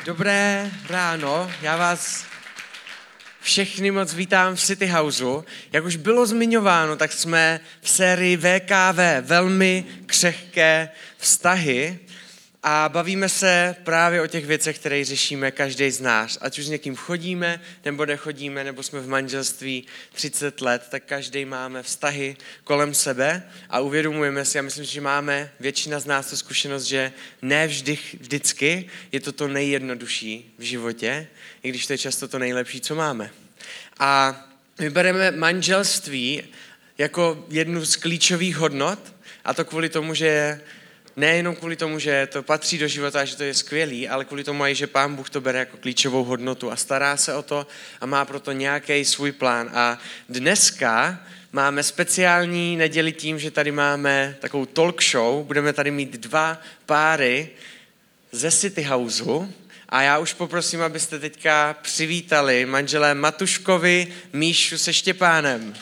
Dobré ráno, já vás všechny moc vítám v City Houseu. Jak už bylo zmiňováno, tak jsme v sérii VKV, velmi křehké vztahy, a bavíme se právě o těch věcech, které řešíme každý z nás. Ať už s někým chodíme, nebo nechodíme, nebo jsme v manželství 30 let, tak každý máme vztahy kolem sebe a uvědomujeme si, a myslím, že máme většina z nás tu zkušenost, že ne vždycky je to nejjednodušší v životě, i když to je často to nejlepší, co máme. A my bereme manželství jako jednu z klíčových hodnot, a to kvůli tomu, že nejenom kvůli tomu, že to patří do života a že to je skvělý, ale kvůli tomu i, že Pán Bůh to bere jako klíčovou hodnotu a stará se o to a má proto nějaký svůj plán. A dneska máme speciální neděli tím, že tady máme takovou talk show, budeme tady mít 2 páry ze City Houseu a já už poprosím, abyste teďka přivítali manželé Matuškovi, Míšu se Štěpánem.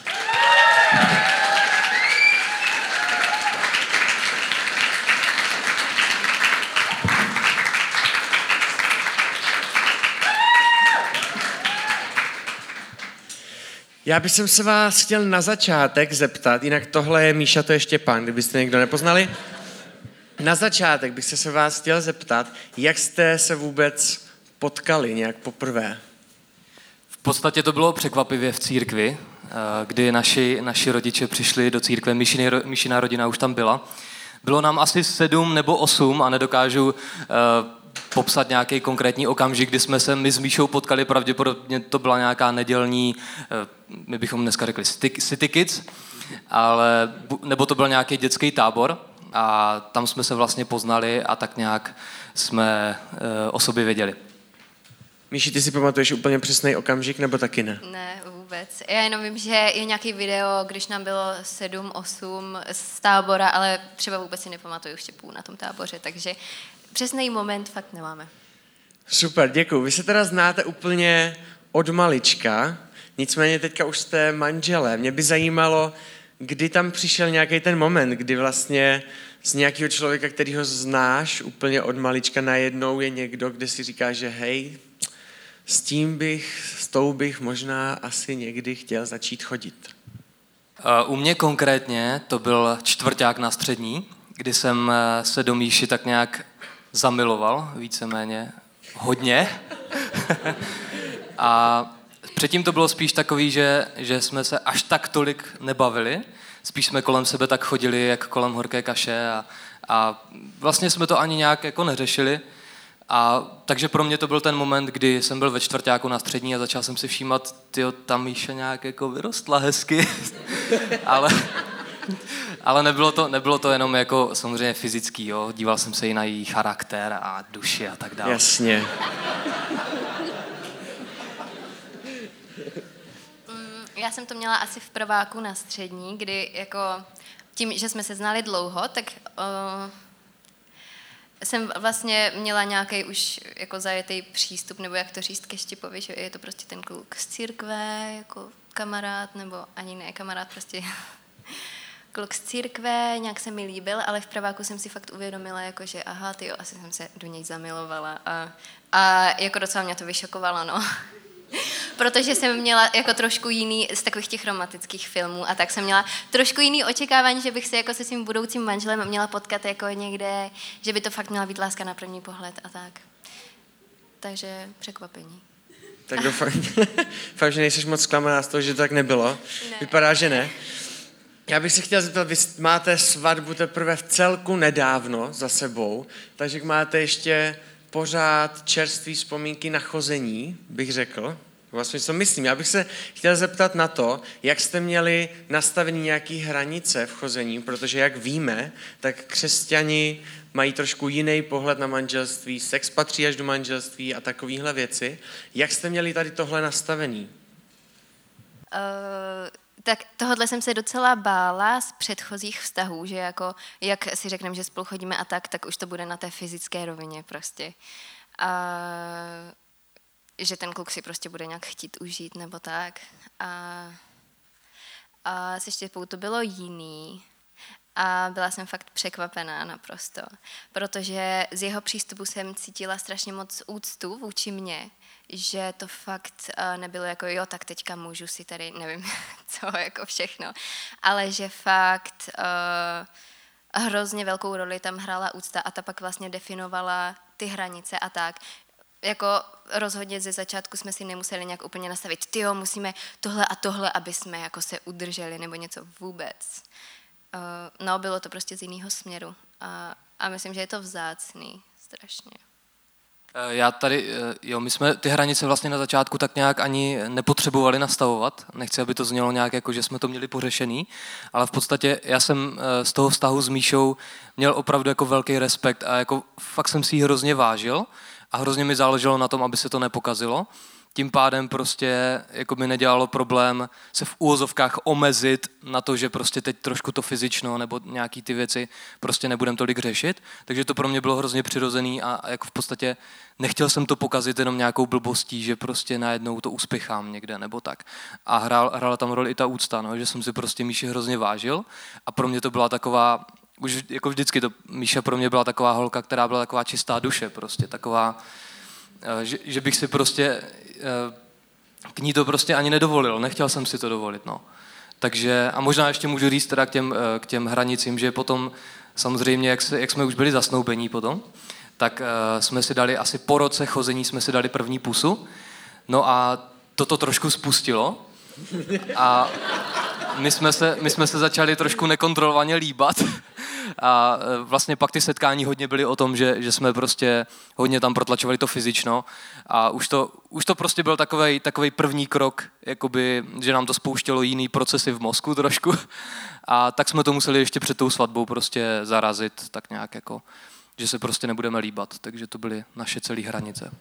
Já bych se vás chtěl na začátek zeptat, jinak tohle je Míša, to je Štěpán, kdybyste někdo nepoznali. Na začátek bych se vás chtěl zeptat, jak jste se vůbec potkali nějak poprvé? V podstatě to bylo překvapivě v církvi, kdy naši rodiče přišli do církve, Míšina rodina už tam byla. Bylo nám asi 7 nebo 8 a nedokážu popsat nějaký konkrétní okamžik, kdy jsme se my s Míšou potkali, pravděpodobně to byla nějaká nedělní, my bychom dneska řekli City Kids, nebo to byl nějaký dětský tábor a tam jsme se vlastně poznali a tak nějak jsme o sobě věděli. Míši, ty si pamatuješ úplně přesný okamžik, nebo taky ne? Ne, vůbec. Já jenom vím, že je nějaký video, když nám bylo 7, 8 z tábora, ale třeba vůbec si nepamatuju Štěpů na tom táboře, takže přesný moment fakt nemáme. Super, děkuju. Vy se teda znáte úplně od malička, nicméně teďka už jste manželé. Mě by zajímalo, kdy tam přišel nějaký ten moment, kdy vlastně z nějakého člověka, kterýho znáš úplně od malička, najednou je někdo, kde si říká, že hej, s tou bych možná asi někdy chtěl začít chodit. U mě konkrétně to byl čtvrťák na střední, kdy jsem se do Míši tak nějak zamiloval, víceméně hodně. A předtím to bylo spíš takový, že jsme se až tak tolik nebavili. Spíš jsme kolem sebe tak chodili, jak kolem horké kaše a vlastně jsme to ani nějak jako neřešili. Takže pro mě to byl ten moment, kdy jsem byl ve čtvrťáku na střední a začal jsem si všímat, ta Míša nějak jako vyrostla hezky. Ale nebylo to jenom jako samozřejmě fyzický, jo. Díval jsem se i na její charakter a duši a tak dále. Jasně. Já jsem to měla asi v prváku na střední, kdy jako tím, že jsme se znali dlouho, tak jsem vlastně měla nějaký už jako zajetý přístup, nebo jak to říct ke Štěpovi, že je to prostě ten kluk z církve, jako kamarád, nebo ani ne kamarád, prostě kluk z církve, nějak se mi líbil, ale v praváku jsem si fakt uvědomila, jako, že aha, tyjo, asi jsem se do něj zamilovala a jako docela mě to vyšokovalo, no. Protože jsem měla jako trošku jiný z takových těch romantických filmů a tak jsem měla trošku jiný očekávání, že bych se jako se svým budoucím manželem měla potkat jako někde, že by to fakt měla být láska na první pohled a tak. Takže překvapení. Tak doufám, že nejseš moc zklamaná z toho, že to tak nebylo. Ne. Vypadá, že ne. Já bych se chtěl zeptat, vy máte svatbu teprve v celku nedávno za sebou, takže máte ještě pořád čerstvé vzpomínky na chození, bych řekl. Vlastně co myslím. Já bych se chtěl zeptat na to, jak jste měli nastavený nějaký hranice v chození, protože jak víme, tak křesťani mají trošku jiný pohled na manželství, sex patří až do manželství a takovéhle věci. Jak jste měli tady tohle nastavený? Tak tohle jsem se docela bála z předchozích vztahů, že jako, jak si řekneme, že spolu chodíme a tak už to bude na té fyzické rovině prostě. A že ten kluk si prostě bude nějak chtít užít nebo tak. A se Štěpou to bylo jiný. a byla jsem fakt překvapená naprosto, protože z jeho přístupu jsem cítila strašně moc úctu vůči mně, že to fakt nebylo jako jo, tak teďka můžu si tady, nevím co, jako všechno, ale že fakt hrozně velkou roli tam hrála úcta a ta pak vlastně definovala ty hranice a tak. Jako rozhodně ze začátku jsme si nemuseli nějak úplně nastavit, tyjo, musíme tohle a tohle, aby jsme jako se udrželi nebo něco vůbec. No, bylo to prostě z jiného směru a myslím, že je to vzácný strašně. Já tady, my jsme ty hranice vlastně na začátku tak nějak ani nepotřebovali nastavovat. Nechci, aby to znělo nějak jako, že jsme to měli pořešený, ale v podstatě já jsem z toho vztahu s Míšou měl opravdu jako velký respekt a jako fakt jsem si ji hrozně vážil a hrozně mi záleželo na tom, aby se to nepokazilo. Tím pádem prostě jako mi nedělalo problém se v úvozovkách omezit na to, že prostě teď trošku to fyzično nebo nějaký ty věci prostě nebudem tolik řešit. Takže to pro mě bylo hrozně přirozený a jako v podstatě nechtěl jsem to pokazit jenom nějakou blbostí, že prostě najednou to uspěchám někde nebo tak. A hrála tam roli i ta úcta, no, že jsem si prostě Míši hrozně vážil a pro mě to byla taková, už jako vždycky Míša pro mě byla taková holka, která byla taková čistá duše prostě, taková, že bych si prostě k ní to prostě ani nedovolil, nechtěl jsem si to dovolit, no. Takže, a možná ještě můžu říct teda k těm hranicím, že potom samozřejmě, jak jsme už byli zasnoubení potom, tak jsme si dali asi po roce chození jsme si dali první pusu, no a toto trošku spustilo a my jsme se začali trošku nekontrolovaně líbat. A vlastně pak ty setkání hodně byly o tom, že jsme prostě hodně tam protlačovali to fyzično a už to prostě byl takovej první krok, jakoby, že nám to spouštělo jiný procesy v mozku trošku a tak jsme to museli ještě před tou svatbou prostě zarazit tak nějak jako, že se prostě nebudeme líbat, takže to byly naše celé hranice.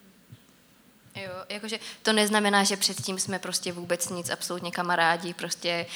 Jo, jakože to neznamená, že předtím jsme prostě vůbec nic, absolutně kamarádi, prostě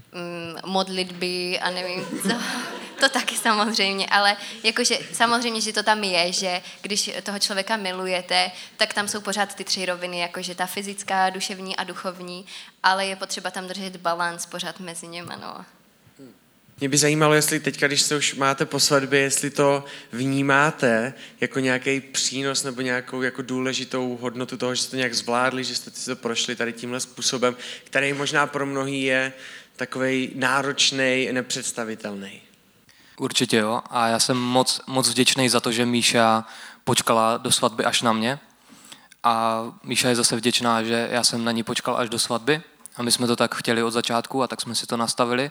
modlitby a nevím co, to taky samozřejmě, ale jakože samozřejmě, že to tam je, že když toho člověka milujete, tak tam jsou pořád ty 3 roviny, jakože ta fyzická, duševní a duchovní, ale je potřeba tam držet balans pořád mezi němi, no. Mě by zajímalo, jestli teďka, když se už máte po svatbě, jestli to vnímáte jako nějaký přínos nebo nějakou jako důležitou hodnotu toho, že jste to nějak zvládli, že jste si to prošli tady tímhle způsobem, který možná pro mnohý je takovej náročnej, nepředstavitelný. Určitě jo a já jsem moc vděčný za to, že Míša počkala do svatby až na mě a Míša je zase vděčná, že já jsem na ní počkal až do svatby a my jsme to tak chtěli od začátku a tak jsme si to nastavili.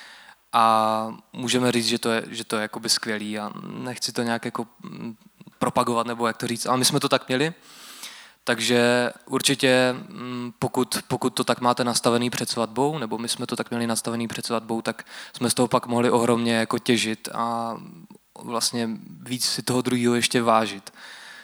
A můžeme říct, že to je jakoby skvělý a nechci to nějak jako propagovat nebo jak to říct, ale my jsme to tak měli, takže určitě pokud to tak máte nastavený před svatbou, nebo my jsme to tak měli nastavený před svatbou, tak jsme z toho pak mohli ohromně jako těžit a vlastně víc si toho druhého ještě vážit,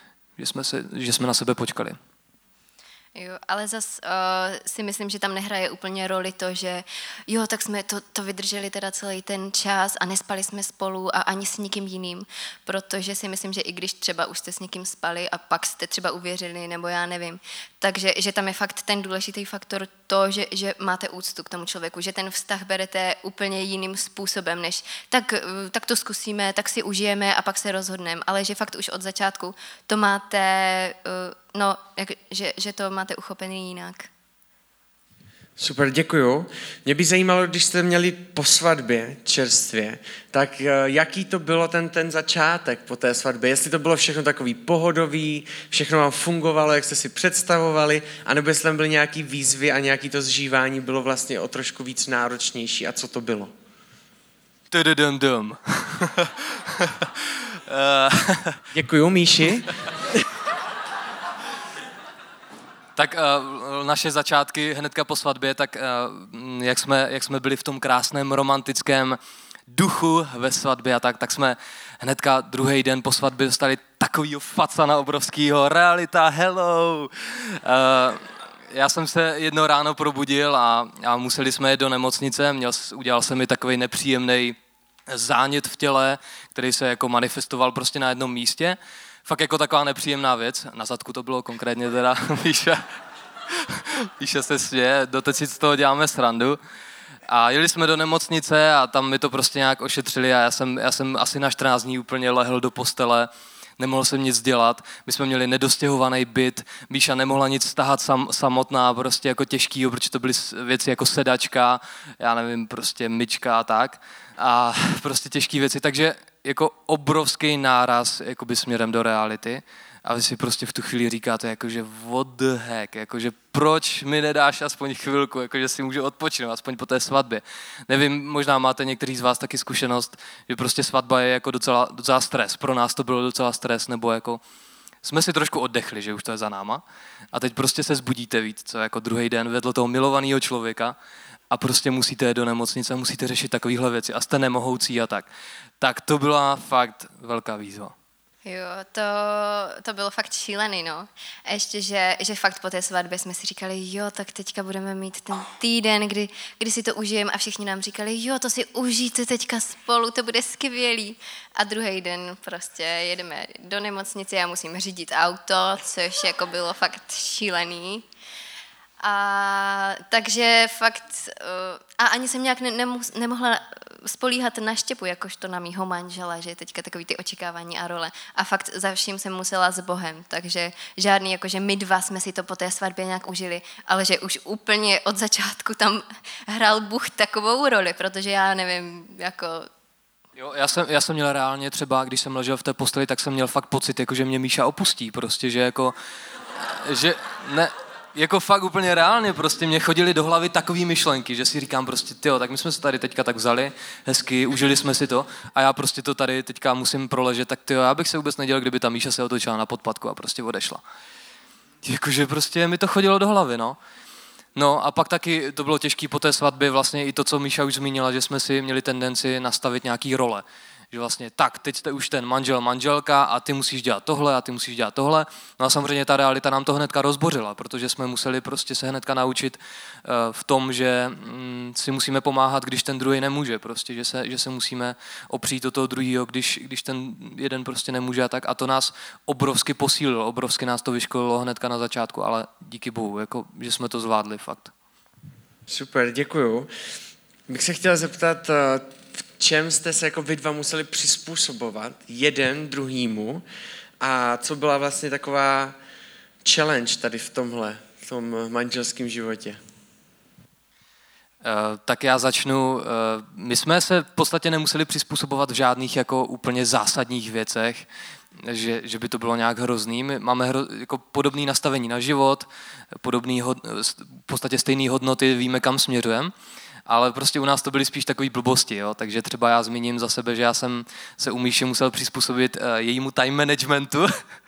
že jsme na sebe počkali. Jo, ale zas si myslím, že tam nehraje úplně roli to, že jo, tak jsme to vydrželi teda celý ten čas a nespali jsme spolu a ani s nikým jiným, protože si myslím, že i když třeba už jste s někým spali a pak jste třeba uvěřili, nebo já nevím, takže že tam je fakt ten důležitý faktor to, že máte úctu k tomu člověku, že ten vztah berete úplně jiným způsobem, než tak to zkusíme, tak si užijeme a pak se rozhodneme, ale že fakt už od začátku to máte, že to máte uchopený jinak. Super, děkuju. Mě by zajímalo, když jste měli po svatbě čerstvě, tak jaký to bylo ten začátek po té svatbě? Jestli to bylo všechno takový pohodový, všechno vám fungovalo, jak jste si představovali, anebo jestli tam byly nějaký výzvy a nějaký to zžívání bylo vlastně o trošku víc náročnější. A co to bylo? Děkuju, Míši. Tak naše začátky hnedka po svatbě, tak jak jsme byli v tom krásném romantickém duchu ve svatbě a tak jsme hnedka druhý den po svatbě dostali takovýho facana obrovskýho, realita, hello. Já jsem se jedno ráno probudil a museli jsme jít do nemocnice, udělal se mi takový nepříjemný zánět v těle, který se jako manifestoval prostě na jednom místě. Fakt jako taková nepříjemná věc. Na zadku to bylo konkrétně teda, Míša se směje, doteď si z toho děláme srandu. A jeli jsme do nemocnice a tam mi to prostě nějak ošetřili a já jsem asi na 14 dní úplně lehl do postele, nemohl jsem nic dělat, my jsme měli nedostěhovaný byt, Míša nemohla nic stahat samotná, prostě jako těžkýho, protože to byly věci jako sedačka, já nevím, prostě myčka a tak. A prostě těžké věci, takže jako obrovský náraz jakoby směrem do reality. A vy si prostě v tu chvíli říkáte, jakože what the heck, jakože proč mi nedáš aspoň chvilku, jakože si můžu odpočinout, aspoň po té svatbě. Nevím, možná máte někteří z vás taky zkušenost, že prostě svatba je jako docela stres. Pro nás to bylo docela stres, nebo jako jsme si trošku oddechli, že už to je za náma. A teď prostě se zbudíte, víc, co jako druhý den vedle toho milovaného člověka a prostě musíte jít do nemocnice, musíte řešit takovéhle věci a jste nemohoucí a tak. Tak to byla fakt velká výzva. Jo, to bylo fakt šílený, no. A ještě, že fakt po té svatbě jsme si říkali, jo, tak teďka budeme mít ten týden, kdy si to užijeme a všichni nám říkali, jo, to si užijte teďka spolu, to bude skvělý. A druhý den prostě jedeme do nemocnice, já musím řídit auto, což jako bylo fakt šílený. A takže fakt, a ani jsem nějak nemohla spolíhat na Štěpu, jakožto na mýho manžela, že teďka takový ty očekávání a role. A fakt za vším jsem musela s Bohem, takže žádný, jakože my dva jsme si to po té svatbě nějak užili, ale že už úplně od začátku tam hrál Bůh takovou roli, protože já nevím, jako... Jo, já jsem měl reálně třeba, když jsem ležel v té posteli, tak jsem měl fakt pocit, jako že mě Míša opustí, prostě, že jako... Že ne... Jako fakt úplně reálně prostě mě chodily do hlavy takový myšlenky, že si říkám prostě, tyjo, tak my jsme se tady teďka tak vzali, hezky, užili jsme si to a já prostě to tady teďka musím proležet, tak tyjo, já bych se vůbec nedělal, kdyby ta Míša se otočila na podpatku a prostě odešla. Jakože prostě mi to chodilo do hlavy, no. No a pak taky to bylo těžké po té svatbě, vlastně i to, co Míša už zmínila, že jsme si měli tendenci nastavit nějaký role. Že vlastně tak, teď jste už ten manžel, manželka a ty musíš dělat tohle a ty musíš dělat tohle. No a samozřejmě ta realita nám to hnedka rozbořila, protože jsme museli prostě se hnedka naučit v tom, že si musíme pomáhat, když ten druhý nemůže, prostě, že se musíme opřít do toho druhého, když ten jeden prostě nemůže a tak. A to nás obrovsky posílilo, obrovsky nás to vyškolilo hnedka na začátku, ale díky Bohu, jako, že jsme to zvládli fakt. Super, děkuju. Bych se chtěl zeptat, v čem jste se jako vy dva museli přizpůsobovat jeden druhýmu a co byla vlastně taková challenge tady v tom manželském životě? Tak já začnu. My jsme se v podstatě nemuseli přizpůsobovat v žádných jako úplně zásadních věcech, že by to bylo nějak hrozný. My máme jako podobné nastavení na život, v podstatě stejné hodnoty, víme, kam směřujeme. Ale prostě u nás to byly spíš takové blbosti, jo? Takže třeba já zmíním za sebe, že já jsem se u Míši musel přizpůsobit jejímu time managementu,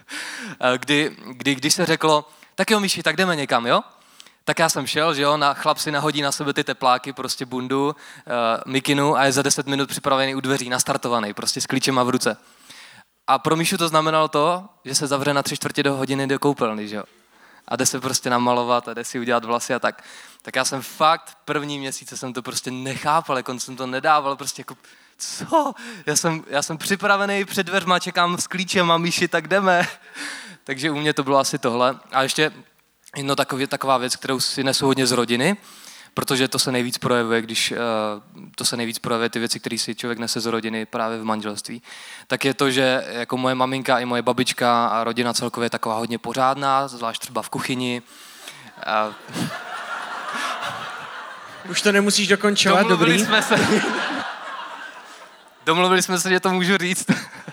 když se řeklo, tak jo Míši, tak jdeme někam, jo? Tak já jsem šel, že jo, chlap si nahodí na sebe ty tepláky, prostě bundu, mikinu a je za 10 minut připravený u dveří, nastartovaný, prostě s klíčema v ruce. A pro Míšu to znamenalo to, že se zavře na 3/4 hodiny do koupelny, že jo? A jde se prostě namalovat a jde si udělat vlasy a tak. Tak já jsem fakt první měsíce jsem to prostě nechápal, jako jsem to nedával, prostě jako, co? Já jsem připravený před dveřma, čekám s klíčem a Míši, tak jdeme. Takže u mě to bylo asi tohle. A ještě jedno taková věc, kterou si nesu hodně z rodiny, protože to se nejvíc projevuje, ty věci, které si člověk nese z rodiny právě v manželství, tak je to, že jako moje maminka i moje babička a rodina celkově je taková hodně pořádná, zvlášť třeba v kuchyni. Už to nemusíš dokončovat, dobrý? Domluvili jsme se, že to můžu říct.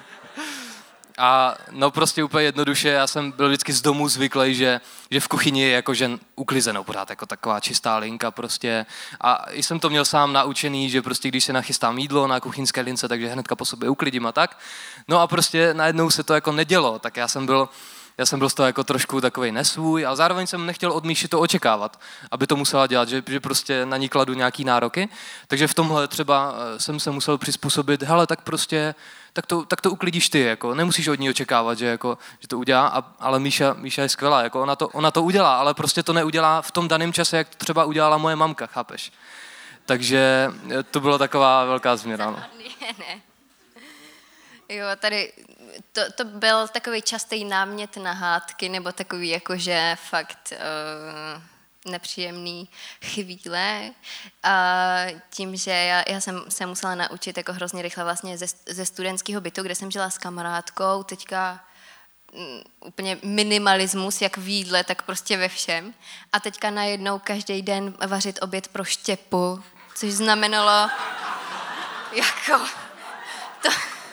A no prostě úplně jednoduše, já jsem byl vždycky z domu zvyklý, že v kuchyni je jakože uklizenou pořád, jako taková čistá linka prostě. A jsem to měl sám naučený, že prostě když se nachystám jídlo na kuchyňské lince, takže hnedka po sobě uklidím a tak. No a prostě najednou se to jako nedělo, tak já jsem byl z toho jako trošku takovej nesvůj, ale zároveň jsem nechtěl od Míši to očekávat, aby to musela dělat, že prostě na ní kladu nějaký nároky. Takže v tomhle třeba jsem se musel přizpůsobit, hele, tak prostě, tak to uklidíš ty, jako, nemusíš od ní očekávat, že to udělá, ale Míša je skvělá, jako ona to udělá, ale prostě to neudělá v tom daném čase, jak to třeba udělala moje mamka, chápeš? Takže to byla taková velká změna. No. Ne. Jo, tady to byl takový častý námět na hádky, nebo takový jakože fakt nepříjemný chvíle. A tím, že já jsem se musela naučit jako hrozně rychle vlastně ze studentského bytu, kde jsem žila s kamarádkou, teďka úplně minimalismus, jak v jídle, tak prostě ve všem. A teďka najednou každý den vařit oběd pro Štěpu, což znamenalo jako to...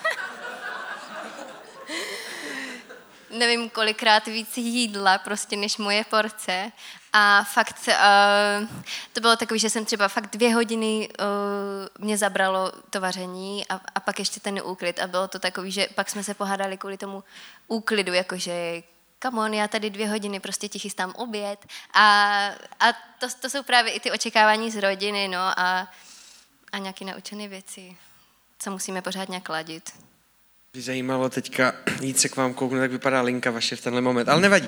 nevím, kolikrát víc jídla prostě než moje porce. A fakt to bylo takový, že jsem třeba fakt 2 hodiny mě zabralo to vaření a pak ještě ten úklid. A bylo to takový, že pak jsme se pohádali kvůli tomu úklidu, jakože come on, já tady 2 hodiny prostě ti chystám oběd. A to jsou právě i ty očekávání z rodiny, no a nějaké naučené věci, co musíme pořád nějak ladit. Mě zajímalo teďka jít se k vám kouknout, jak vypadá linka vaše v tenhle moment, ale nevadí.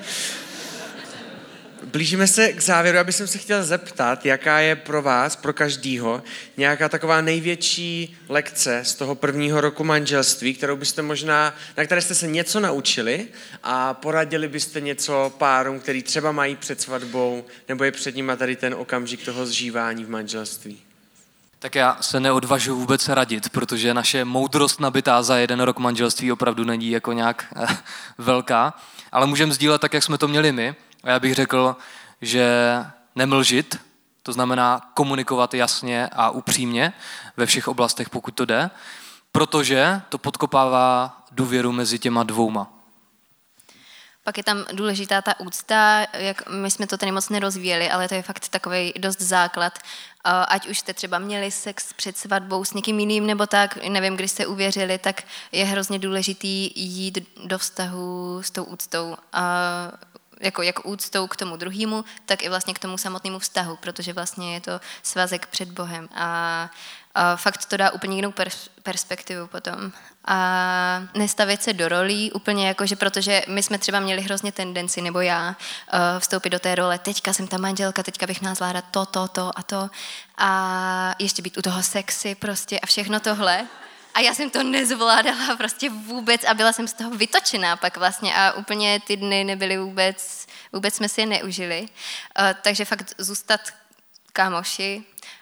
Blížíme se k závěru, abych se chtěl zeptat, jaká je pro vás, pro každýho, nějaká taková největší lekce z toho prvního roku manželství, kterou byste možná, na které jste se něco naučili a poradili byste něco párům, který třeba mají před svatbou, nebo je před nima tady ten okamžik toho zžívání v manželství. Tak já se neodvažuji vůbec radit, protože naše moudrost nabitá za 1 rok manželství opravdu není jako nějak velká, ale můžeme sdílet tak, jak jsme to měli my. A já bych řekl, že nemlžit, to znamená komunikovat jasně a upřímně ve všech oblastech, pokud to jde, protože to podkopává důvěru mezi těma dvouma. Pak je tam důležitá ta úcta, jak my jsme to tady moc nerozvíjeli, ale to je fakt takový dost základ. Ať už jste třeba měli sex před svatbou s někým jiným nebo tak, nevím, když jste uvěřili, tak je hrozně důležitý jít do vztahu s tou úctou. Jako jak úctou k tomu druhému, tak i vlastně k tomu samotnému vztahu, protože vlastně je to svazek před Bohem. A fakt to dá úplně jinou perspektivu potom. A nestavět se do rolí úplně jako, že protože my jsme třeba měli hrozně tendenci, nebo já, vstoupit do té role, teďka jsem ta manželka, teďka bych měla zvládat to a to a ještě být u toho sexy prostě a všechno tohle. A já jsem to nezvládala prostě vůbec a byla jsem z toho vytočená pak vlastně a úplně ty dny nebyly vůbec jsme si je neužili. Takže fakt zůstat kámoši,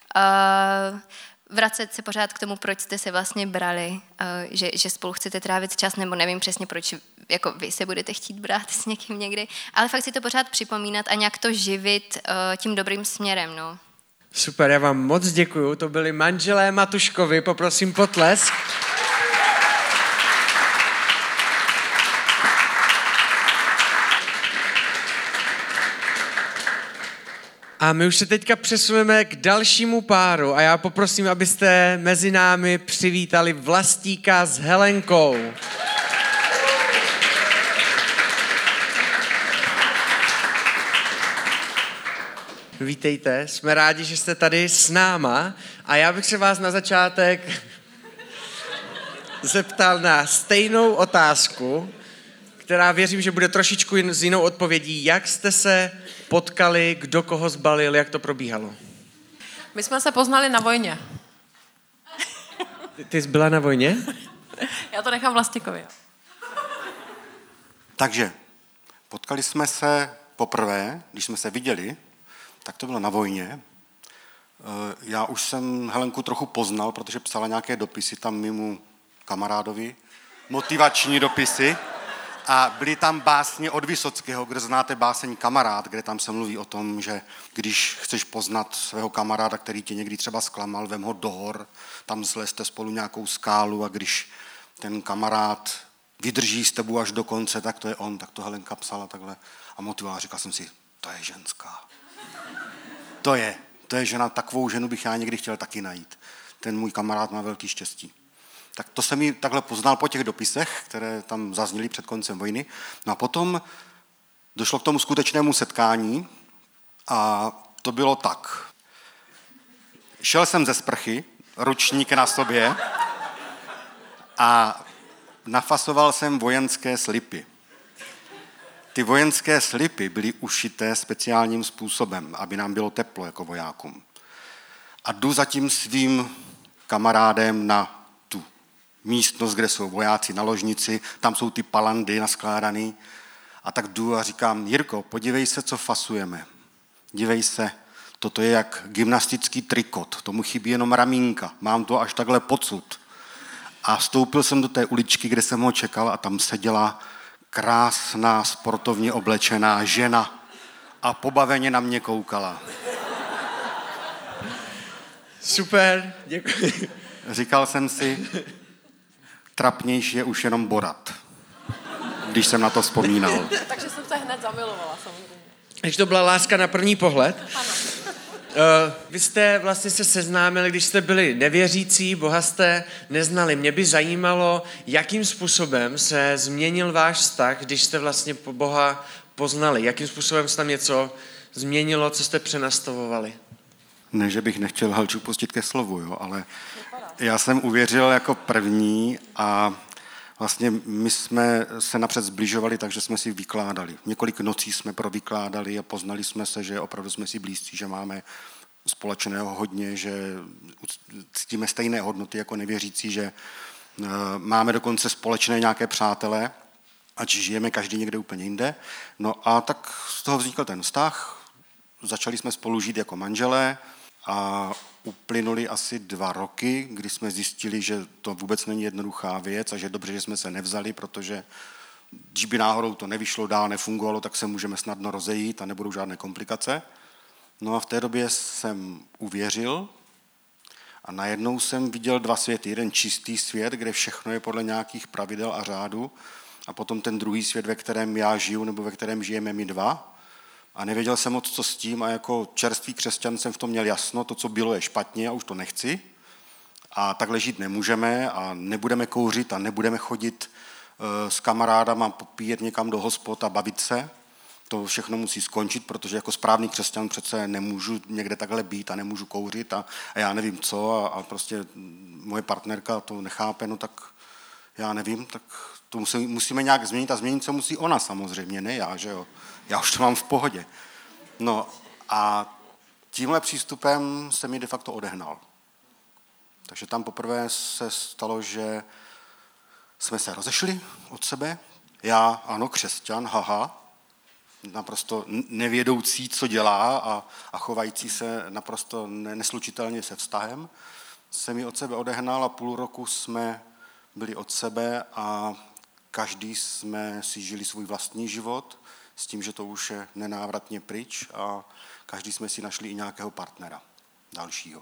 vracet se pořád k tomu, proč jste se vlastně brali, že spolu chcete trávit čas, nebo nevím přesně, proč jako vy se budete chtít brát s někým někdy, ale fakt si to pořád připomínat a nějak to živit tím dobrým směrem, no. Super, já vám moc děkuju, to byli manželé Matuškovi, poprosím potlesk. A my už se teďka přesuneme k dalšímu páru a já poprosím, abyste mezi námi přivítali Vlastíka s Helenkou. Vítejte, jsme rádi, že jste tady s náma a já bych se vás na začátek zeptal na stejnou otázku, která věřím, že bude trošičku s jinou odpovědí. Jak jste se potkali, kdo koho zbalil, jak to probíhalo? My jsme se poznali na vojně. Ty jsi byla na vojně? Já to nechám Vlastíkovi. Takže potkali jsme se poprvé, když jsme se viděli, tak to bylo na vojně. Já už jsem Helenku trochu poznal, protože psala nějaké dopisy tam mému kamarádovi, motivační dopisy. A byly tam básně od Vysockého, kde znáte báseň Kamarád, kde tam se mluví o tom, že když chceš poznat svého kamaráda, který tě někdy třeba zklamal, vem ho do hor, tam zlezte spolu nějakou skálu a když ten kamarád vydrží s tebou až do konce, tak to je on, tak to Helenka psala takhle a motivovala. Říkal jsem si, to je ženská. To je žena, takovou ženu bych já někdy chtěl taky najít. Ten můj kamarád má velký štěstí. Tak to jsem ji takhle poznal po těch dopisech, které tam zazněly před koncem vojny. No a potom došlo k tomu skutečnému setkání a to bylo tak. Šel jsem ze sprchy, ručník na sobě a nafasoval jsem vojenské slipy. Ty vojenské slipy byly ušité speciálním způsobem, aby nám bylo teplo jako vojákům. A jdu za tím svým kamarádem na tu místnost, kde jsou vojáci na ložnici, tam jsou ty palandy naskládaný. A tak jdu a říkám, Jirko, podívej se, co fasujeme. dívej se, toto je jak gymnastický trikot, tomu chybí jenom ramínka, mám to až takhle podsud. A vstoupil jsem do té uličky, kde jsem ho čekal a tam seděla krásná, sportovně oblečená žena a pobaveně na mě koukala. Super, děkuji. Říkal jsem si, trapnější je už jenom Borat, když jsem na to vzpomínal. Takže jsem se hned zamilovala samozřejmě. Takže to byla láska na první pohled. Ano. Vy jste vlastně se seznámili, když jste byli nevěřící, Boha jste neznali. Mě by zajímalo, jakým způsobem se změnil váš vztah, když jste vlastně Boha poznali. Jakým způsobem se tam něco změnilo, co jste přenastavovali. Ne, že bych nechtěl Helču pustit ke slovu, jo, ale já jsem uvěřil jako první a vlastně my jsme se napřed zbližovali, takže jsme si vykládali. Několik nocí jsme provykládali a poznali jsme se, že opravdu jsme si blízcí, že máme společného hodně, že ctíme stejné hodnoty jako nevěřící, že máme dokonce společné nějaké přátele, ať žijeme každý někde úplně jinde. No a tak z toho vznikl ten vztah, začali jsme spolu žít jako manželé a uplynuli asi 2 roky, kdy jsme zjistili, že to vůbec není jednoduchá věc a že dobře, že jsme se nevzali, protože když by náhodou to nevyšlo, dál nefungovalo, tak se můžeme snadno rozejít a nebudou žádné komplikace. No a v té době jsem uvěřil a najednou jsem viděl 2 světy. Jeden čistý svět, kde všechno je podle nějakých pravidel a řádu a potom ten druhý svět, ve kterém já žiju nebo ve kterém žijeme my dva. A nevěděl jsem moc, co s tím a jako čerstvý křesťan jsem v tom měl jasno, to, co bylo, je špatně a už to nechci. A takhle žít nemůžeme a nebudeme kouřit a nebudeme chodit s kamarádama popíjet někam do hospod a bavit se. To všechno musí skončit, protože jako správný křesťan přece nemůžu někde takhle být a nemůžu kouřit a já nevím co a prostě moje partnerka to nechápe, no tak já nevím, tak to musíme nějak změnit a změnit se musí ona samozřejmě, ne já, že jo. Já už to mám v pohodě. No a tímhle přístupem se mi de facto odehnal. Takže tam poprvé se stalo, že jsme se rozešli od sebe. Já, ano, křesťan, haha, naprosto nevědoucí, co dělá a chovající se naprosto neslučitelně se vztahem, se mi od sebe odehnal a 0,5 roku jsme byli od sebe a každý jsme si žili svůj vlastní život s tím, že to už je nenávratně pryč a každý jsme si našli i nějakého partnera dalšího.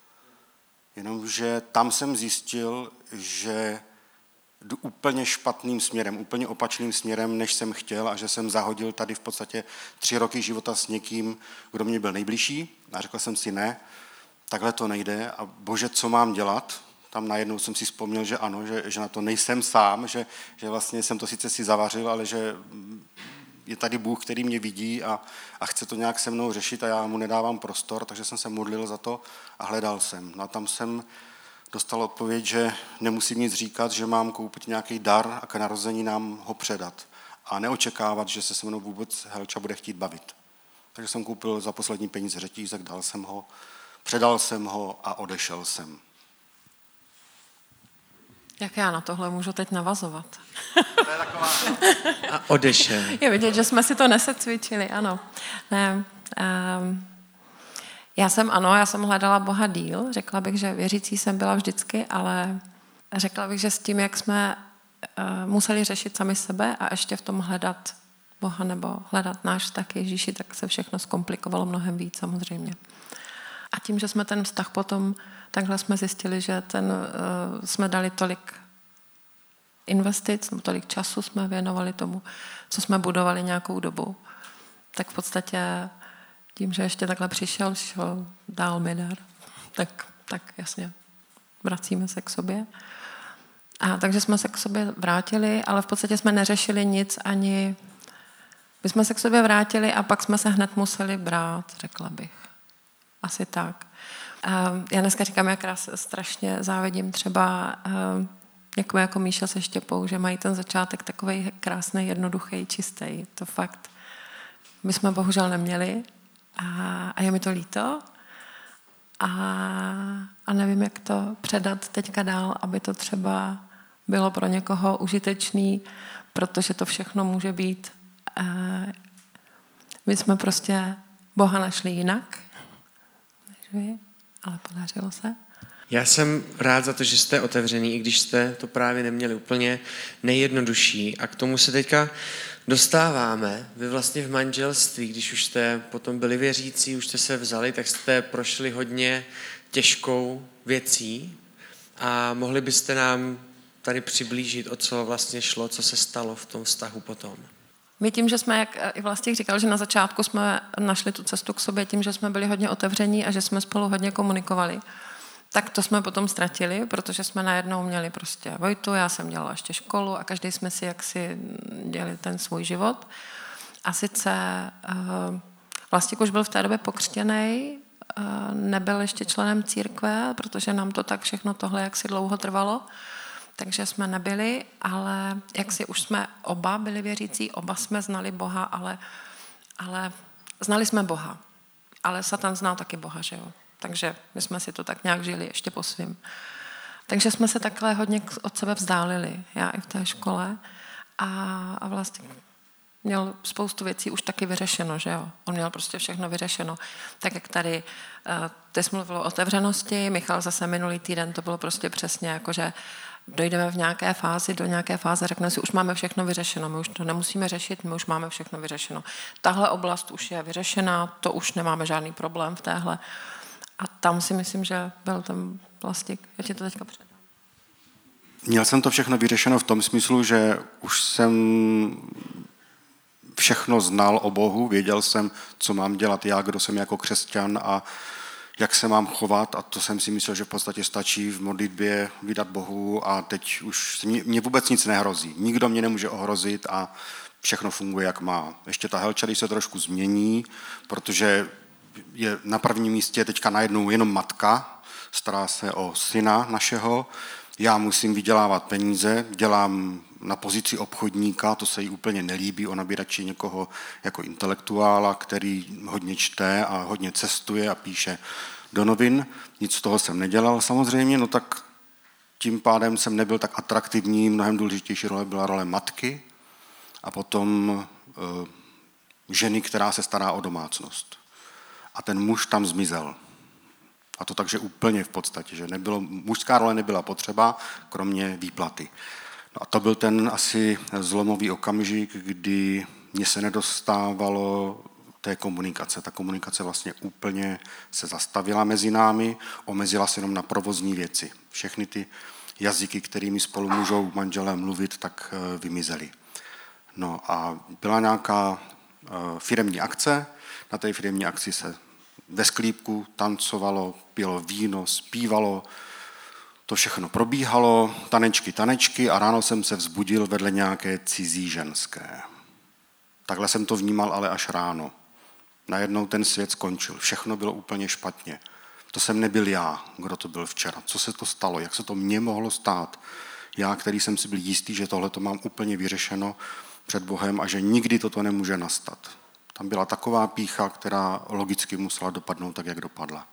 Jenomže tam jsem zjistil, že jdu úplně špatným směrem, úplně opačným směrem, než jsem chtěl a že jsem zahodil tady v podstatě 3 roky života s někým, kdo mě byl nejbližší a řekl jsem si ne, takhle to nejde a bože, co mám dělat? Tam najednou jsem si vzpomněl, že ano, že na to nejsem sám, že vlastně jsem to sice si zavařil, ale že je tady Bůh, který mě vidí a chce to nějak se mnou řešit a já mu nedávám prostor, takže jsem se modlil za to a hledal jsem. No a tam jsem dostal odpověď, že nemusím nic říkat, že mám koupit nějaký dar a k narozeninám ho předat a neočekávat, že se mnou vůbec Helča bude chtít bavit. Takže jsem koupil za poslední peníze řetízek, dal jsem ho, předal jsem ho a odešel jsem. Jak já na tohle můžu teď navazovat? To je taková... A odešel. Je vidět, že jsme si to nesecvičili, ano. Ne, já jsem hledala Boha díl, řekla bych, že věřící jsem byla vždycky, ale řekla bych, že s tím, jak jsme museli řešit sami sebe a ještě v tom hledat Boha nebo hledat náš vztah k Ježíši, tak se všechno zkomplikovalo mnohem víc samozřejmě. A tím, že jsme ten vztah potom, takhle jsme zjistili, že jsme dali tolik investic, tolik času jsme věnovali tomu, co jsme budovali nějakou dobu, tak v podstatě tím, že ještě takhle přišel dál mi dar, tak jasně vracíme se k sobě. A takže jsme se k sobě vrátili, ale v podstatě jsme neřešili nic ani... My jsme se k sobě vrátili a pak jsme se hned museli brát, řekla bych. Asi tak. Já dneska říkám, jak strašně závidím třeba jako Míša se Štěpou, že mají ten začátek takovej krásný, jednoduchý, čistý. To fakt my jsme bohužel neměli a je mi to líto a nevím, jak to předat teďka dál, aby to třeba bylo pro někoho užitečný, protože to všechno může být. My jsme prostě Boha našli jinak, než vy, ale podařilo se. Já jsem rád za to, že jste otevřený, i když jste to právě neměli úplně nejjednodušší. A k tomu se teďka dostáváme. Vy vlastně v manželství, když už jste potom byli věřící, už jste se vzali, tak jste prošli hodně těžkou věcí. A mohli byste nám tady přiblížit, o co vlastně šlo, co se stalo v tom vztahu potom? My tím, že jsme, jak i Vlastík říkal, že na začátku jsme našli tu cestu k sobě tím, že jsme byli hodně otevření a že jsme spolu hodně komunikovali, tak to jsme potom ztratili, protože jsme najednou měli prostě Vojtu, já jsem dělala ještě školu a každý jsme si jaksi dělali ten svůj život. A sice Vlastík už byl v té době pokřtěnej, nebyl ještě členem církve, protože nám to tak všechno tohle jaksi dlouho trvalo, takže jsme nebyli, ale jaksi už jsme oba byli věřící, oba jsme znali Boha, ale znali jsme Boha. Ale Satan zná taky Boha, že jo? Takže my jsme si to tak nějak žili ještě po svým. Takže jsme se takhle hodně od sebe vzdálili, já i v té škole. A vlastně měl spoustu věcí už taky vyřešeno, že jo? On měl prostě všechno vyřešeno. Tak jak tady, ty jsi mluvil o otevřenosti, Michal zase minulý týden, to bylo prostě přesně jako, že dojdeme v nějaké fázi, do nějaké fáze, řekneme si, už máme všechno vyřešeno, my už to nemusíme řešit, my už máme všechno vyřešeno. Tahle oblast už je vyřešená, to už nemáme žádný problém v téhle. A tam si myslím, že byl ten Vlastík. Já ti to teďka předám. Měl jsem to všechno vyřešeno v tom smyslu, že už jsem všechno znal o Bohu, věděl jsem, co mám dělat já, kdo jsem jako křesťan a jak se mám chovat, a to jsem si myslel, že v podstatě stačí v modlitbě vydat Bohu a teď už mě vůbec nic nehrozí. Nikdo mě nemůže ohrozit a všechno funguje, jak má. Ještě ta Helča, když se trošku změní, protože je na prvním místě teďka najednou jenom matka, stará se o syna našeho, já musím vydělávat peníze, dělám na pozici obchodníka, to se jí úplně nelíbí, ona by radši někoho jako intelektuála, který hodně čte a hodně cestuje a píše do novin. Nic z toho jsem nedělal samozřejmě, no tak tím pádem jsem nebyl tak atraktivní, mnohem důležitější role byla role matky a potom ženy, která se stará o domácnost. A ten muž tam zmizel. A to takže úplně v podstatě, že mužská role nebyla potřeba, kromě výplaty. No a to byl ten asi zlomový okamžik, kdy mě se nedostávalo té komunikace. Ta komunikace vlastně úplně se zastavila mezi námi, omezila se jenom na provozní věci. Všechny ty jazyky, kterými spolu můžou manželé mluvit, tak vymizely. No a byla nějaká firemní akce, na té firemní akci se ve sklípku tancovalo, pilo víno, zpívalo, to všechno probíhalo, tanečky a ráno jsem se vzbudil vedle nějaké cizí ženské. Takhle jsem to vnímal, ale až ráno. Najednou ten svět skončil, všechno bylo úplně špatně. To jsem nebyl já, kdo to byl včera. Co se to stalo, jak se to mně mohlo stát? Já, který jsem si byl jistý, že tohle to mám úplně vyřešeno před Bohem a že nikdy toto nemůže nastat. Tam byla taková pýcha, která logicky musela dopadnout tak, jak dopadla.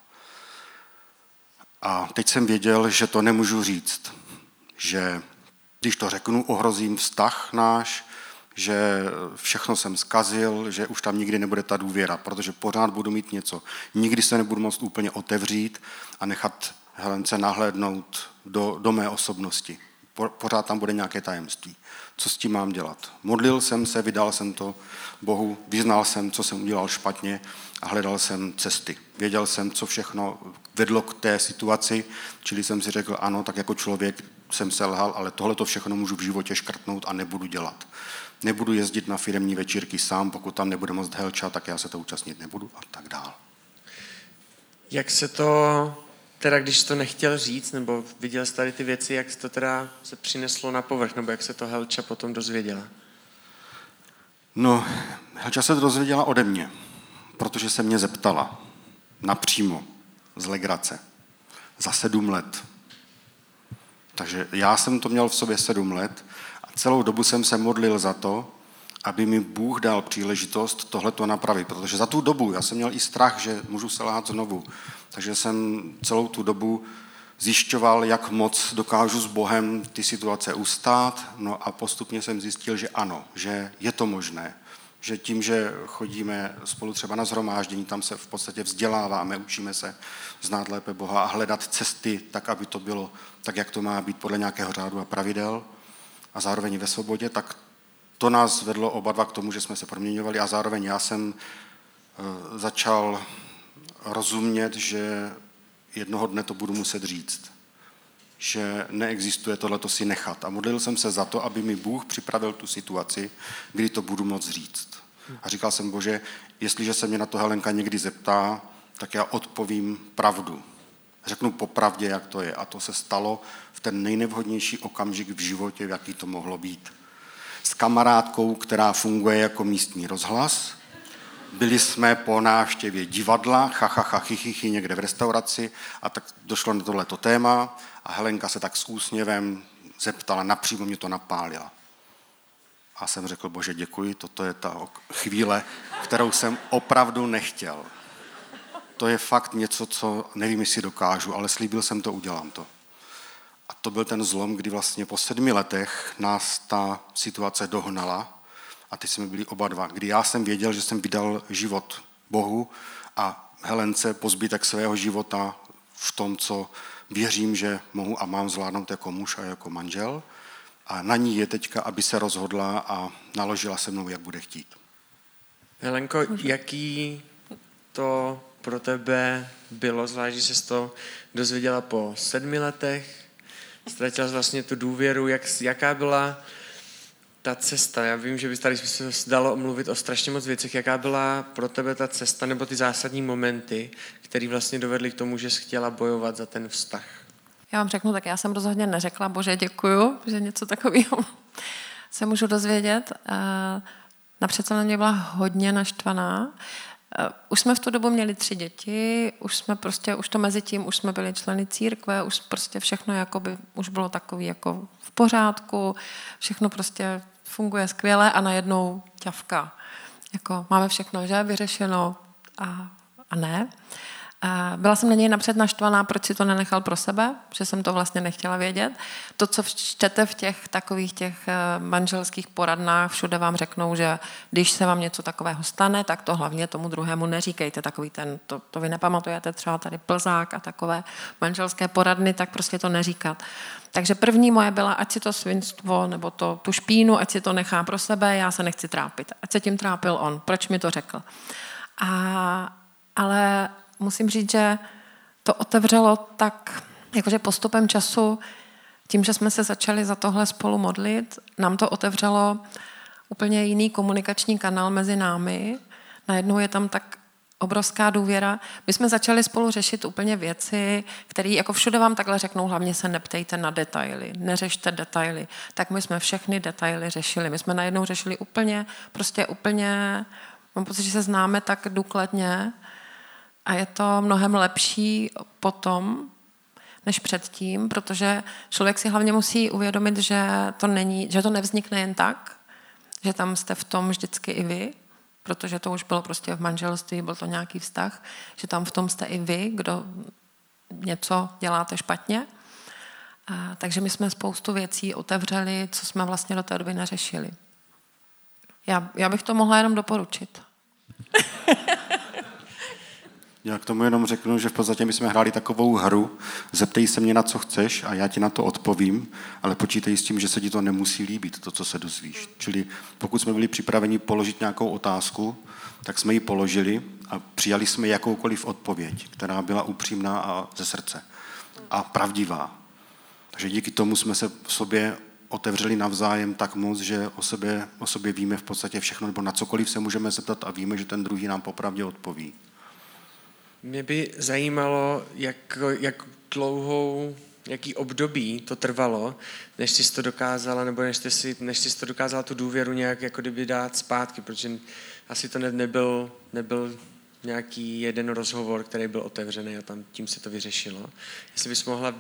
A teď jsem věděl, že to nemůžu říct, že když to řeknu, ohrozím vztah náš, že všechno jsem zkazil, že už tam nikdy nebude ta důvěra, protože pořád budu mít něco. Nikdy se nebudu moct úplně otevřít a nechat Helence nahlédnout do mé osobnosti. Pořád tam bude nějaké tajemství. Co s tím mám dělat? Modlil jsem se, vydal jsem to Bohu, vyznal jsem, co jsem udělal špatně a hledal jsem cesty. Věděl jsem, co všechno vedlo k té situaci, čili jsem si řekl, ano, tak jako člověk jsem selhal, ale tohle to všechno můžu v životě škrtnout a nebudu dělat. Nebudu jezdit na firemní večírky sám, pokud tam nebude moc Helča, tak já se to účastnit nebudu a tak dál. Jak se to, teda když jsi to nechtěl říct, nebo viděl jsi tady ty věci, jak to teda se přineslo na povrch, nebo jak se to Helča potom dozvěděla? No, Helča se to dozvěděla ode mě, protože se mě zeptala napřímo, z legrace, za 7 let. Takže já jsem to měl v sobě 7 let a celou dobu jsem se modlil za to, aby mi Bůh dal příležitost tohleto napravit, protože za tu dobu já jsem měl i strach, že můžu selhat znovu. Takže jsem celou tu dobu zjišťoval, jak moc dokážu s Bohem ty situace ustát, no a postupně jsem zjistil, že ano, že je to možné. že tím, že chodíme spolu třeba na shromáždění, tam se v podstatě vzděláváme, učíme se znát lépe Boha a hledat cesty tak, aby to bylo tak, jak to má být podle nějakého řádu a pravidel a zároveň ve svobodě, tak to nás vedlo oba dva k tomu, že jsme se proměňovali a zároveň já jsem začal rozumět, že jednoho dne to budu muset říct, že neexistuje tohleto si nechat. A modlil jsem se za to, aby mi Bůh připravil tu situaci, kdy to budu moct říct. A říkal jsem, Bože, jestliže se mě na to Helenka někdy zeptá, tak já odpovím pravdu. Řeknu popravdě, jak to je. A to se stalo v ten nejnevhodnější okamžik v životě, v jaký to mohlo být. S kamarádkou, která funguje jako místní rozhlas. Byli jsme po návštěvě divadla, chichy někde v restauraci a tak došlo na tohleto téma a Helenka se tak s úsměvem zeptala, napřímo mě to napálila. A jsem řekl, Bože, děkuji, toto je ta chvíle, kterou jsem opravdu nechtěl. To je fakt něco, co nevím, jestli dokážu, ale slíbil jsem to, udělám to. A to byl ten zlom, kdy vlastně po 7 letech nás ta situace dohnala a teď jsme byli oba dva, kdy já jsem věděl, že jsem vydal život Bohu a Helence po zbytek svého života v tom, co věřím, že mohu a mám zvládnout jako muž a jako manžel. A na ní je teďka, aby se rozhodla a naložila se mnou, jak bude chtít. Helenko, jaký to pro tebe bylo, zvlášť, že jsi to dozvěděla po 7 letech, ztratila jsi vlastně tu důvěru, jaká byla ta cesta? Já vím, že by tady se dalo mluvit o strašně moc věcech. Jaká byla pro tebe ta cesta nebo ty zásadní momenty, které vlastně dovedly k tomu, že jsi chtěla bojovat za ten vztah? Já vám řeknu, tak já jsem rozhodně neřekla, Bože, děkuju, že něco takového se můžu dozvědět. Napřed na mě byla hodně naštvaná. Už jsme v tu dobu měli 3 děti, už to mezi tím, už jsme byli členy církve, už prostě všechno jakoby, už bylo takový jako v pořádku, všechno prostě funguje skvěle a najednou ťavka. Jako máme všechno, že, vyřešeno a ne. Byla jsem na něj napřed naštvaná, proč si to nenechal pro sebe, že jsem to vlastně nechtěla vědět. To, co čtete v těch takových těch manželských poradnách, všude vám řeknou, že když se vám něco takového stane, tak to hlavně tomu druhému neříkejte. Takový to vy nepamatujete, třeba tady Plzák a takové manželské poradny, tak prostě to neříkat. Takže první moje byla, ať si to svinstvo nebo tu špínu, ať si to nechá pro sebe, já se nechci trápit. Ať se tím trápil on, proč mi to řekl. Ale musím říct, že to otevřelo tak, jakože postupem času, tím, že jsme se začali za tohle spolu modlit, nám to otevřelo úplně jiný komunikační kanál mezi námi. Najednou je tam tak obrovská důvěra. My jsme začali spolu řešit úplně věci, které jako všude vám takhle řeknou, hlavně se neptejte na detaily, neřešte detaily. Tak my jsme všechny detaily řešili. My jsme najednou řešili úplně, mám pocit, že se známe tak důkladně, a je to mnohem lepší potom, než předtím, protože člověk si hlavně musí uvědomit, že to nevznikne jen tak, že tam jste v tom vždycky i vy, protože to už bylo prostě v manželství, byl to nějaký vztah, že tam v tom jste i vy, kdo něco děláte špatně. Takže my jsme spoustu věcí otevřeli, co jsme vlastně do té doby neřešili. Já bych to mohla jenom doporučit. Já k tomu jenom řeknu, že v podstatě my jsme hráli takovou hru, zeptej se mě, na co chceš a já ti na to odpovím, ale počítej s tím, že se ti to nemusí líbit, to, co se dozvíš. Čili pokud jsme byli připraveni položit nějakou otázku, tak jsme ji položili a přijali jsme jakoukoliv odpověď, která byla upřímná a ze srdce a pravdivá. Takže díky tomu jsme se v sobě otevřeli navzájem tak moc, že o sobě víme v podstatě všechno, nebo na cokoliv se můžeme zeptat a víme, že ten druhý nám popravdě odpoví. Mě by zajímalo, jak dlouhou, jaký období to trvalo, než jsi to dokázala, nebo než jsi to dokázala tu důvěru nějak jako kdyby dát zpátky, protože asi to nebyl nějaký jeden rozhovor, který byl otevřený a tam tím se to vyřešilo. Jestli bys mohla...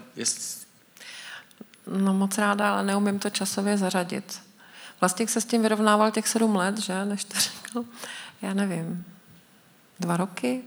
No moc ráda, ale neumím to časově zařadit. Vlastně se s tím vyrovnával těch 7 let, že, než to řekl. Já nevím, 2 roky?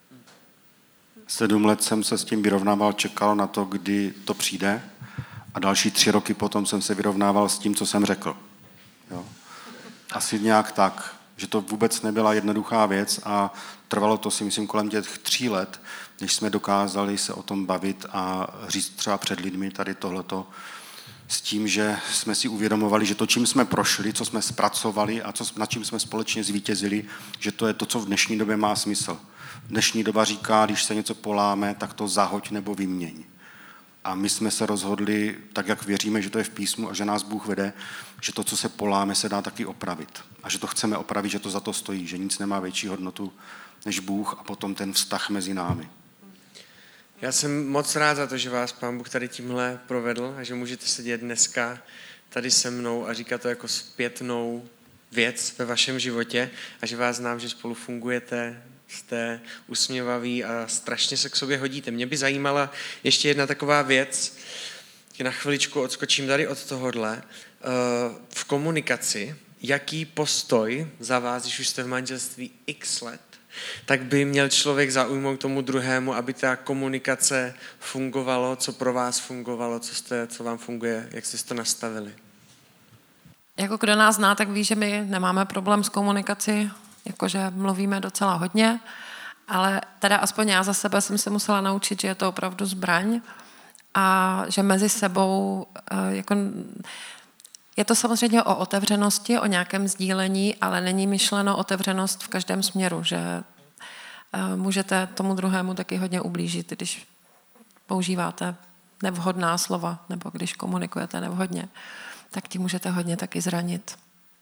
7 let jsem se s tím vyrovnával, čekal na to, kdy to přijde a další 3 roky potom jsem se vyrovnával s tím, co jsem řekl. Jo? Asi nějak tak. Že to vůbec nebyla jednoduchá věc a trvalo to si myslím kolem těch 3 let, než jsme dokázali se o tom bavit a říct třeba před lidmi tady tohleto s tím, že jsme si uvědomovali, že to, čím jsme prošli, co jsme zpracovali a nad čím jsme společně zvítězili, že to je to, co v dnešní době má smysl. Dnešní doba říká, když se něco poláme, tak to zahoď nebo vyměň. A my jsme se rozhodli, tak jak věříme, že to je v písmu a že nás Bůh vede, že to, co se poláme, se dá taky opravit. A že to chceme opravit, že to za to stojí, že nic nemá větší hodnotu než Bůh a potom ten vztah mezi námi. Já jsem moc rád za to, že vás Pán Bůh tady tímhle provedl a že můžete sedět dneska tady se mnou a říkat to jako zpětnou věc ve vašem životě a že vás znám, že spolu fungujete, jste usměvaví a strašně se k sobě hodíte. Mě by zajímala ještě jedna taková věc, na chviličku odskočím tady od tohohle. V komunikaci, jaký postoj za vás, když už jste v manželství x let, tak by měl člověk zaujmout tomu druhému, aby ta komunikace fungovalo, co pro vás fungovalo, co vám funguje, jak jste to nastavili. Jako kdo nás zná, tak ví, že my nemáme problém s komunikací, jakože mluvíme docela hodně, ale teda aspoň já za sebe jsem se musela naučit, že je to opravdu zbraň a že mezi sebou jako je to samozřejmě o otevřenosti, o nějakém sdílení, ale není myšleno otevřenost v každém směru, že můžete tomu druhému taky hodně ublížit, když používáte nevhodná slova nebo když komunikujete nevhodně, tak tím můžete hodně taky zranit.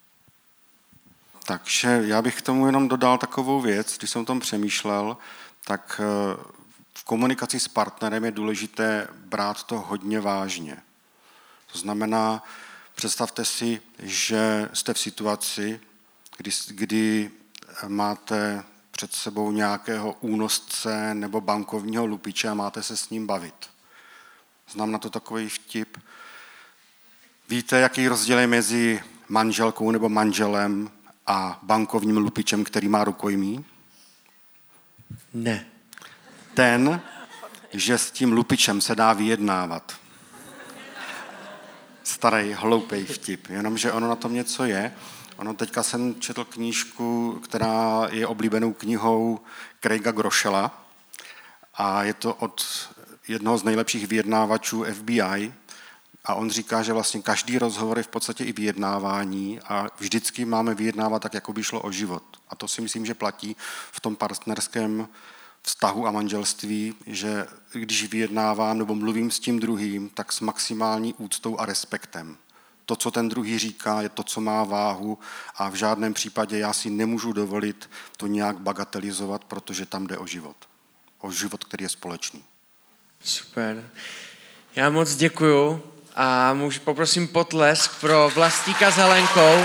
Takže já bych k tomu jenom dodal takovou věc, když jsem o tom přemýšlel, tak v komunikaci s partnerem je důležité brát to hodně vážně. To znamená, představte si, že jste v situaci, kdy máte před sebou nějakého únosce nebo bankovního lupiče a máte se s ním bavit. Znám na to takový vtip. Víte, jaký rozdíl je mezi manželkou nebo manželem a bankovním lupičem, který má rukojmí? Ne. Ten, že s tím lupičem se dá vyjednávat. Starý, hloupej vtip, jenomže ono na tom něco je. Ono teďka jsem četl knížku, která je oblíbenou knihou Craiga Groeschela a je to od jednoho z nejlepších vyjednávačů FBI a on říká, že vlastně každý rozhovor je v podstatě i vyjednávání a vždycky máme vyjednávat tak, jako by šlo o život. A to si myslím, že platí v tom partnerském vztahu a manželství, že když vyjednávám nebo mluvím s tím druhým, tak s maximální úctou a respektem. To, co ten druhý říká, je to, co má váhu a v žádném případě já si nemůžu dovolit to nějak bagatelizovat, protože tam jde o život. O život, který je společný. Super. Já moc děkuju a poprosím potlesk pro Vlastíka s Helenkou.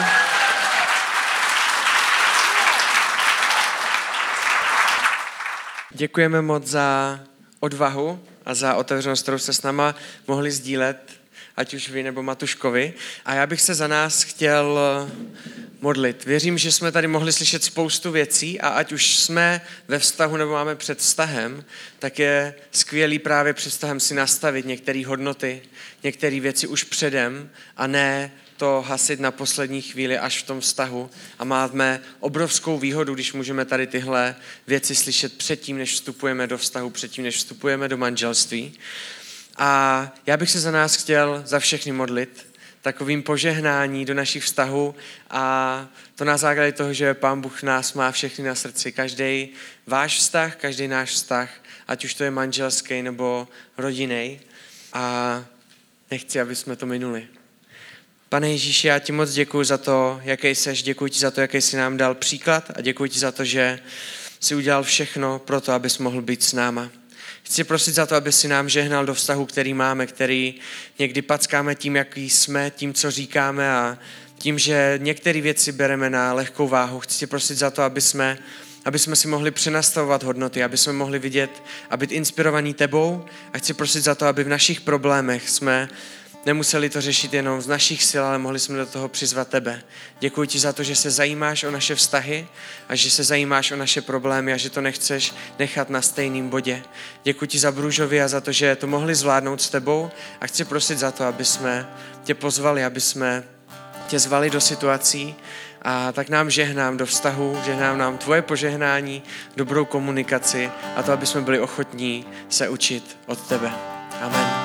Děkujeme moc za odvahu a za otevřenost, kterou jste s náma mohli sdílet, ať už vy nebo Matuškovi. A já bych se za nás chtěl modlit. Věřím, že jsme tady mohli slyšet spoustu věcí a ať už jsme ve vztahu nebo máme před vztahem, tak je skvělý právě před vztahem si nastavit některé hodnoty, některé věci už předem a ne to hasit na poslední chvíli až v tom vztahu a máme obrovskou výhodu, když můžeme tady tyhle věci slyšet předtím, než vstupujeme do vztahu, předtím, než vstupujeme do manželství. A já bych se za nás chtěl za všechny modlit, takovým požehnání do našich vztahů a to na základě toho, že Pán Bůh nás má všechny na srdci. Každý váš vztah, každý náš vztah, ať už to je manželský nebo rodinný a nechci, aby jsme to minuli. Pane Ježíši, já ti moc děkuji za to, jaký seš, děkuji ti za to, jaký jsi nám dal příklad a děkuji ti za to, že jsi udělal všechno pro to, abys mohl být s náma. Chci prosit za to, aby si nám žehnal do vztahu, který máme, který někdy packáme tím, jaký jsme, tím, co říkáme a tím, že některé věci bereme na lehkou váhu. Chci prosit za to, aby jsme si mohli přenastavovat hodnoty, aby jsme mohli vidět a být inspirovaní tebou a chci prosit za to, aby v našich problémech jsme nemuseli to řešit jenom z našich sil, ale mohli jsme do toho přizvat tebe. Děkuji ti za to, že se zajímáš o naše vztahy a že se zajímáš o naše problémy a že to nechceš nechat na stejném bodě. Děkuji ti za Brůžovi a za to, že to mohli zvládnout s tebou a chci prosit za to, aby jsme tě pozvali, aby jsme tě zvali do situací A tak nám žehnám do vztahu, žehnám nám tvoje požehnání, dobrou komunikaci a to, aby jsme byli ochotní se učit od tebe. Amen.